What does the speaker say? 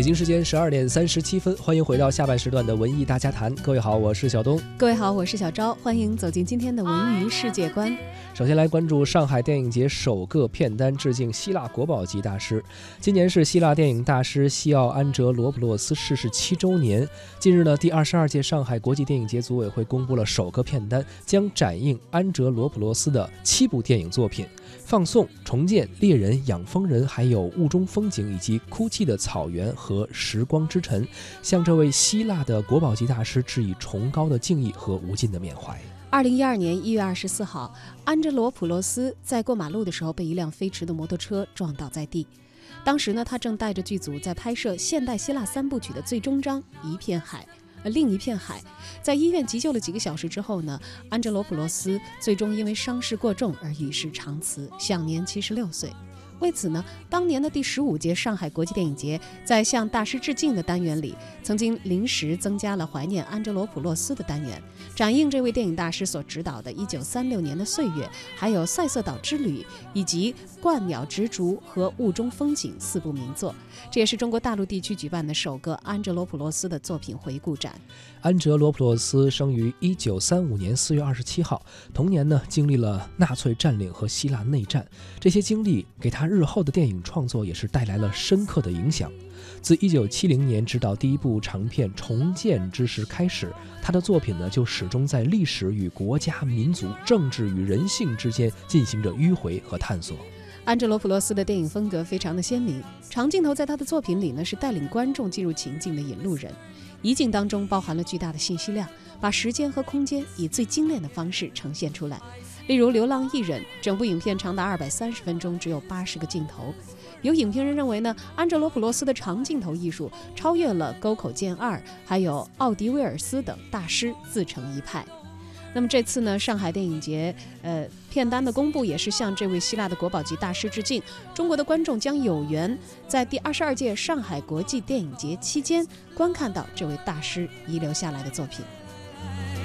京时间12点37分，欢迎回到下半时段的文艺大家谈。各位好，我是小东。 各位好，我是小昭，欢迎走进今天的文娱世界观。 首先来关注上海电影节首个片单致敬希腊国宝级大师。今年是希腊电影大师西奥安哲罗普洛斯逝世7周年。近日呢，第22届上海国际电影节组委会公布了首个片单，将展映安哲罗普洛斯的7部电影作品：放送、重建、猎人、养蜂人，还有雾中风景，以及哭泣的草原和时光之尘，向这位希腊的国宝级大师致以崇高的敬意和无尽的缅怀。 2012年1月24号，安哲罗普洛斯在过马路的时候被一辆飞驰的摩托车撞倒在地。当时呢，他正带着剧组在拍摄现代希腊3部曲的最终章《一片海》。另一片海，在医院急救了几个小时之后呢，安哲罗普洛斯最终因为伤势过重而与世长辞，享年76岁。为此呢，当年的第15届上海国际电影节在向大师致敬的单元里，曾经临时增加了怀念安哲罗普洛斯的单元，展映这位电影大师所执导的1936年的《岁月》，还有《塞瑟岛之旅》，以及《鹳鸟执烛》和《雾中风景》4部名作。这也是中国大陆地区举办的首个安哲罗普洛斯的作品回顾展。 安哲罗普洛斯生于1935年4月27号，同年呢经历了纳粹占领和希腊内战，这些经历给他日后的电影创作也是带来了深刻的影响。自1970年执导第一部长片《重建》之时开始，他的作品呢就始终在历史与国家、民族、政治与人性之间进行着迂回和探索。 安哲罗普洛斯的电影风格非常的鲜明，长镜头在他的作品里呢是带领观众进入情境的引路人，一镜当中包含了巨大的信息量，把时间和空间以最精炼的方式呈现出来。例如《流浪艺人》，整部影片长达230分钟，只有80个镜头。有影评人认为呢，安哲罗普洛斯的长镜头艺术超越了沟口健二还有奥迪威尔斯等大师，自成一派。那么这次呢，上海电影节片单的公布也是向这位希腊的国宝级大师致敬。中国的观众将有缘在第22届上海国际电影节期间观看到这位大师遗留下来的作品。